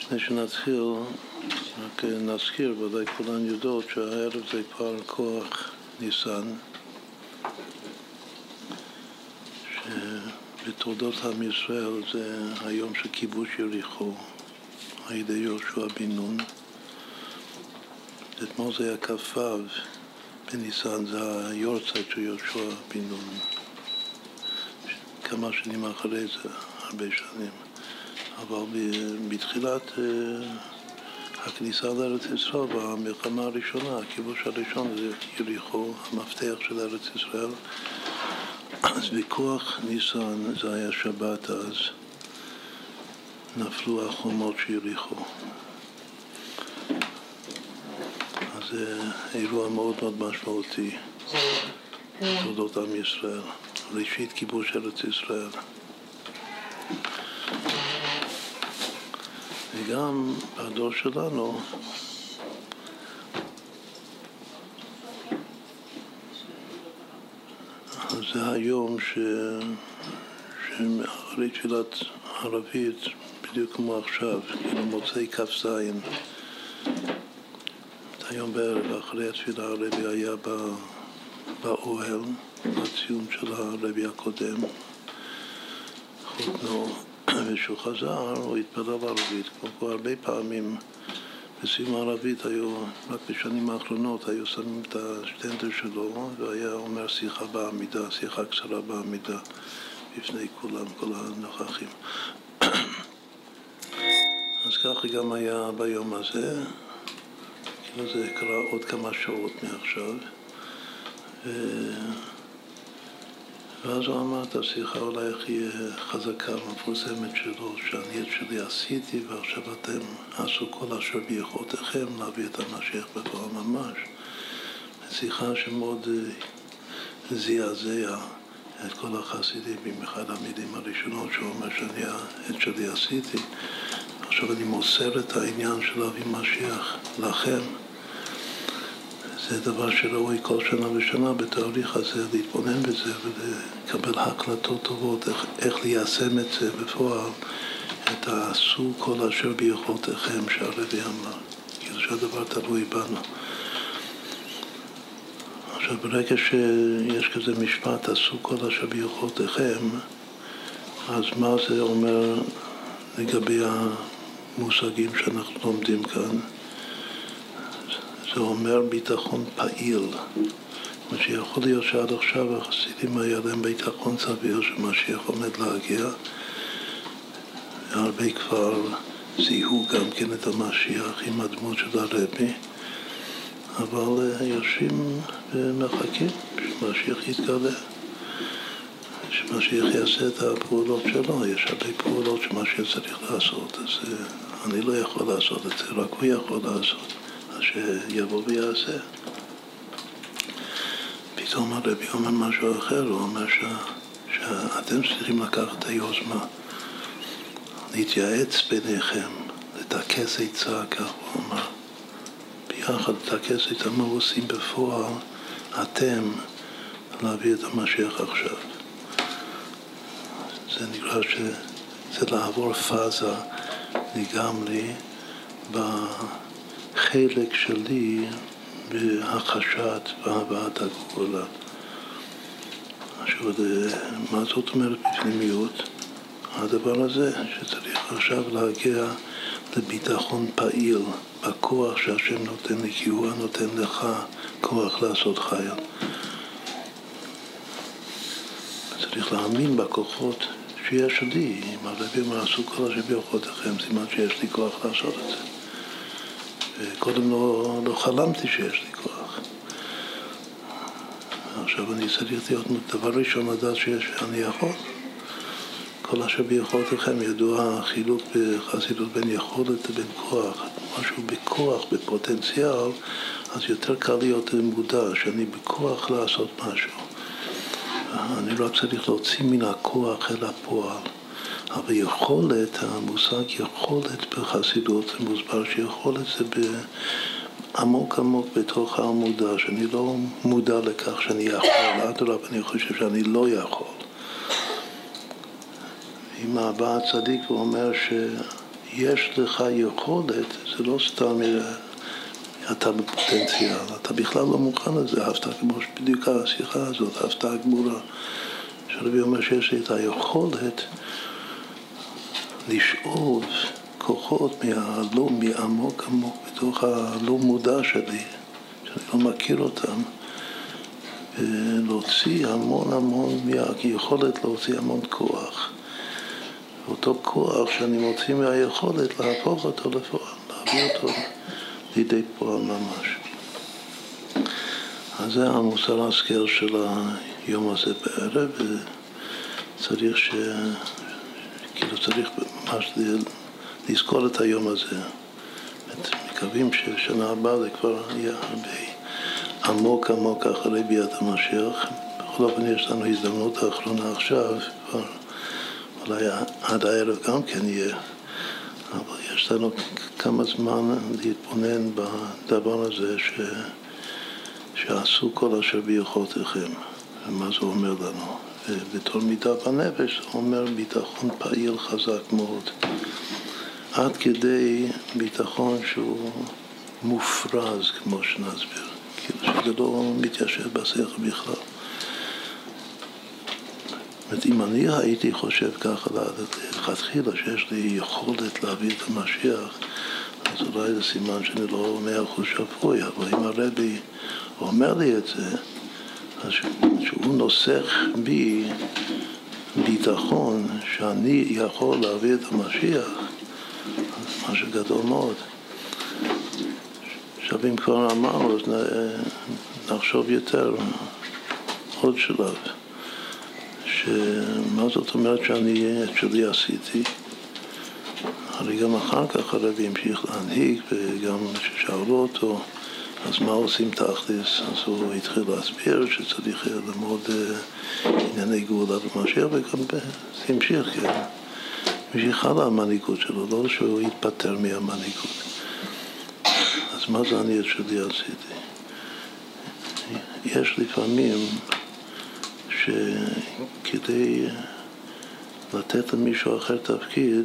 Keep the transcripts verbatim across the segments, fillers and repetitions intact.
לפני שנתחיל, רק נזכיר, ודאי כולן יודעות שהערב זה פער כוח ניסן, שבתולדות עם ישראל זה היום של כיבוש יריחו על ידי יהושע בן נון. אתמול זה היה כ"ו בניסן, זה היורצייט של יהושע בן נון, כמה שנים אחרי זה, הרבה שנים. אבל בתחילת הכניסה לארץ ישראל, במלחמה הראשונה, הכיבוש הראשון זה יריחו, המפתח של ארץ ישראל. אז בכוח ניסן, זה היה שבת אז, נפלו החומות של יריחו. אז זה אירוע מאוד מאוד משמעותי בתולדות עם ישראל, ראשית כיבוש ארץ ישראל. וגם בדור שלנו זה היום ש... שאחרי תפילת ערבית, בדיוק כמו עכשיו, כאילו מוצאי כ"ז, היום בערב אחרי התפילה הרבי היה באוהל, בציון של הרבי הקודם, חותנו, וכשהוא חזר הוא התפלל ערבית, כמו הרבה פעמים בסיום הערבית היו, רק בשנים האחרונות היו שמים את השטנדר שלו והיה אומר שיחה בעמידה, שיחה קצרה בעמידה בפני כולם, כל הנוכחים. אז ככה גם היה ביום הזה, כאילו זה קרה עוד כמה שעות מעכשיו, ו... ואז הוא אמר את השיחה אולי הכי חזקה ומפורסמת שלו, שאני את שלי עשיתי ועכשיו אתם עשו כל אשר ביכולתכם להביא את המשיח בבוא ממש. שיחה שמאוד זעזע את כל החסידים, במיוחד המילים הראשונות שהוא אומר שאני את שלי עשיתי. עכשיו אני מוסר את העניין של להביא משיח לכם. זה דבר שראוי כל שנה ושנה בתאריך הזה להתבונן בזה ולקבל החלטות טובות איך, איך ליישם את זה בפועל, את עשו כל אשר ביכולתכם שהרבי אמר, כאילו שהדבר תלוי בנו. עכשיו ברגע שיש כזה משפט עשו כל אשר ביכולתכם, אז מה זה אומר לגבי המושגים שאנחנו לומדים כאן? זה אומר ביטחון פעיל, מה שיכול להיות שעד עכשיו החסידים היה להם ביטחון סביר שמשיח עומד להגיע, והרבה כבר זיהו גם כן את המשיח עם הדמות של הרבי, אבל יושבים ומחכים שמשיח יתגלה, שמשיח יעשה את הפעולות שלו. יש הרבה פעולות שמשיח צריך לעשות, אז אני לא יכול לעשות את זה, רק הוא יכול לעשות. שיבוא ויעשה. פתאום הרבי אומר משהו אחר, הוא אומר ש... שאתם צריכים לקחת את היוזמה, להתייעץ ביניכם, לטכס עצה, כך הוא אומר. ביחד לטכס עצה, מה עושים בפועל אתם להביא את המשיח עכשיו. זה נקרא שזה לעבור פאזה לגמרי ב... חלק שלי בהחשת והבאת הגאולה. עכשיו, מה זאת אומרת בפנימיות? הדבר הזה שצריך עכשיו להגיע לביטחון פעיל, בכוח שהשם נותן לי, כי הוא נותן לך כוח לעשות חייל. צריך להאמין בכוחות שיש לי. אם הרבי אומר, עשו כל אשר ביכולתכם, סימן שיש לי כוח לעשות את זה. קודם לא, לא חלמתי שיש לי כוח. עכשיו אני צריך להיות דבר ראשון לדעת שיש, אני יכול. כל אשר ביכולתכם, ידוע החילוק בחסידות בין יכולת לבין כוח. משהו בכוח, בפוטנציאל, אז יותר קל להיות מודע שאני בכוח לעשות משהו. אני רק צריך להוציא מן הכוח אל הפועל. אבל יכולת, המושג יכולת בחסידות, זה מוסבר שיכולת זה עמוק עמוק בתוך המודע, שאני לא מודע לכך שאני יכול, אדרבה אני חושב שאני לא יכול. אם הבא הצדיק הוא אומר יש לך יכולת, זה לא סתם אתה בפוטנציאל, אתה בכלל לא מוכן לזה, הפתעה כמו שבדיוק השיחה הזאת, הפתעה גמורה, שרבי אומר שיש לי את היכולת לשאוב כוחות מהלא, מעמוק עמוק בתוך הלא מודע שלי, שאני לא מכיר אותם, ולהוציא המון המון, יכולת להוציא המון כוח. אותו כוח שאני מוציא מהיכולת להפוך אותו לפועל, להביא אותו לידי פועל ממש. אז זה המוסר ההשכל של היום הזה בערב, וצריך ש... כאילו צריך ממש לזכור את היום הזה. מקווים ששנה הבאה זה כבר יהיה הרבה עמוק עמוק אחרי ביאת המשיח. בכל אופן יש לנו הזדמנות האחרונה עכשיו, כבר אולי עד הערב גם כן יהיה, אבל יש לנו כמה זמן להתבונן בדבר הזה ש... שעשו כל אשר ביכולתכם, ומה זה אומר לנו. ובתור מידה בנפש זה אומר ביטחון פעיל חזק מאוד, עד כדי ביטחון שהוא מופרז, כמו שנסביר, כאילו שזה לא מתיישב בשכל בכלל. אם אני הייתי חושב ככה לכתחילה שיש לי יכולת להביא את המשיח, אז אולי זה סימן שאני לא מאה אחוז שפוי, אבל אם הרבי אומר לי את זה, אז שהוא נוסח בי ביטחון שאני יכול להביא את המשיח, אז משהו גדול מאוד. עכשיו אם כבר אמרנו, אז נחשוב יותר עוד שלב. שמה זאת אומרת שאני את שלי עשיתי? הרי גם אחר כך הרבי המשיך להנהיג, וגם כששאלו אותו, אז מה עושים תכלס? אז הוא התחיל להסביר שצריך ללמוד ענייני גאולה במשיח, וגם זה המשיך, כן. המשיך הלאה המנהיגות שלו, לא שהוא התפטר מהמנהיגות. אז מה זה אני את שלי עשיתי? יש לפעמים שכדי לתת למישהו אחר תפקיד,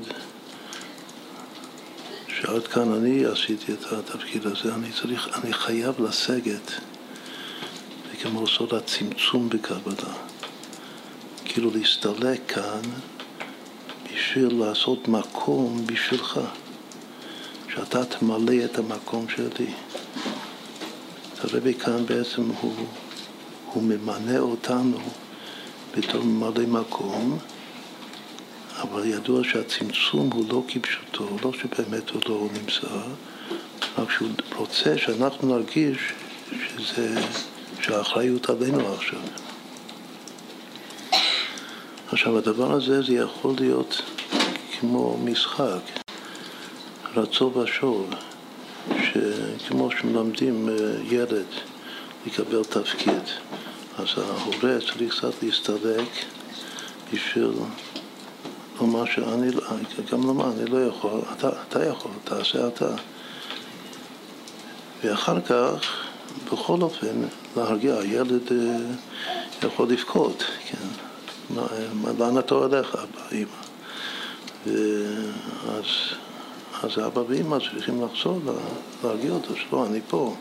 שעד כאן אני עשיתי את התפקיד הזה, אני צריך, אני חייב לסגת, וכמו סוד הצמצום בקבלה, כאילו להסתלק כאן בשביל לעשות מקום בשבילך, שאתה תמלא את המקום שלי. הרבי כאן בעצם הוא, הוא ממנה אותנו בתור ממלא מקום, אבל ידוע שהצמצום הוא לא כפשוטו, לא שבאמת הוא לא נמצא, רק שהוא רוצה שאנחנו נרגיש שזה, שהאחריות עלינו עכשיו. עכשיו הדבר הזה זה יכול להיות כמו משחק, רצו ושוב, שכמו שמלמדים ילד לקבל תפקיד, אז ההורה צריך קצת להסתלק בשביל לומר שאני, גם לומר, אני לא יכול, אתה, אתה יכול, תעשה אתה. ואחר כך, בכל אופן, להרגיע, הילד יכול לבכות, כן? לאן אתה הולך, אבא, אמא? ואז, אז אבא ואמא צריכים לחזור, להרגיע אותו, שלא, אני פה.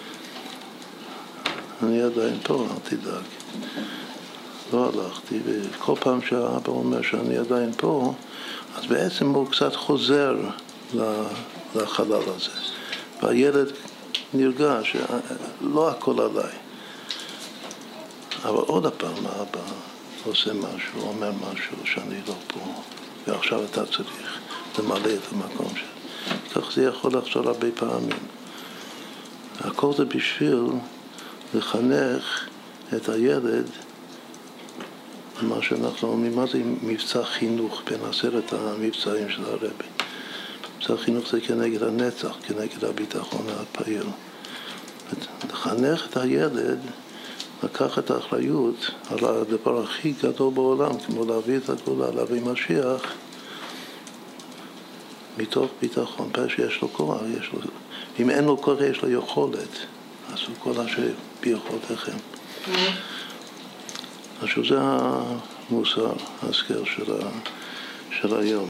אני עדיין פה, אל תדאג. לא הלכתי, וכל פעם שהאבא אומר שאני עדיין פה, אז בעצם הוא קצת חוזר לחלל הזה. והילד נרגע שלא הכל עליי. אבל עוד הפעם האבא עושה משהו, אומר משהו שאני לא פה, ועכשיו אתה צריך למלא את המקום שלי. כך זה יכול לחזור הרבה פעמים. הכל זה בשביל לחנך את הילד, מה שאנחנו אומרים, מה זה מבצע חינוך בין עשרת המבצעים של הרבי. מבצע חינוך זה כנגד הנצח, כנגד הביטחון הפעיל. לחנך את הילד, לקח את האחריות על הדבר הכי גדול בעולם, כמו להביא את הגאולה, להביא משיח, מתוך ביטחון, פעם שיש לו כוח, יש לו, אם אין לו כוח יש לו יכולת, אז הוא כל אשר ביכולתכם. עכשיו זה המוסר, ההשכל של, של היום.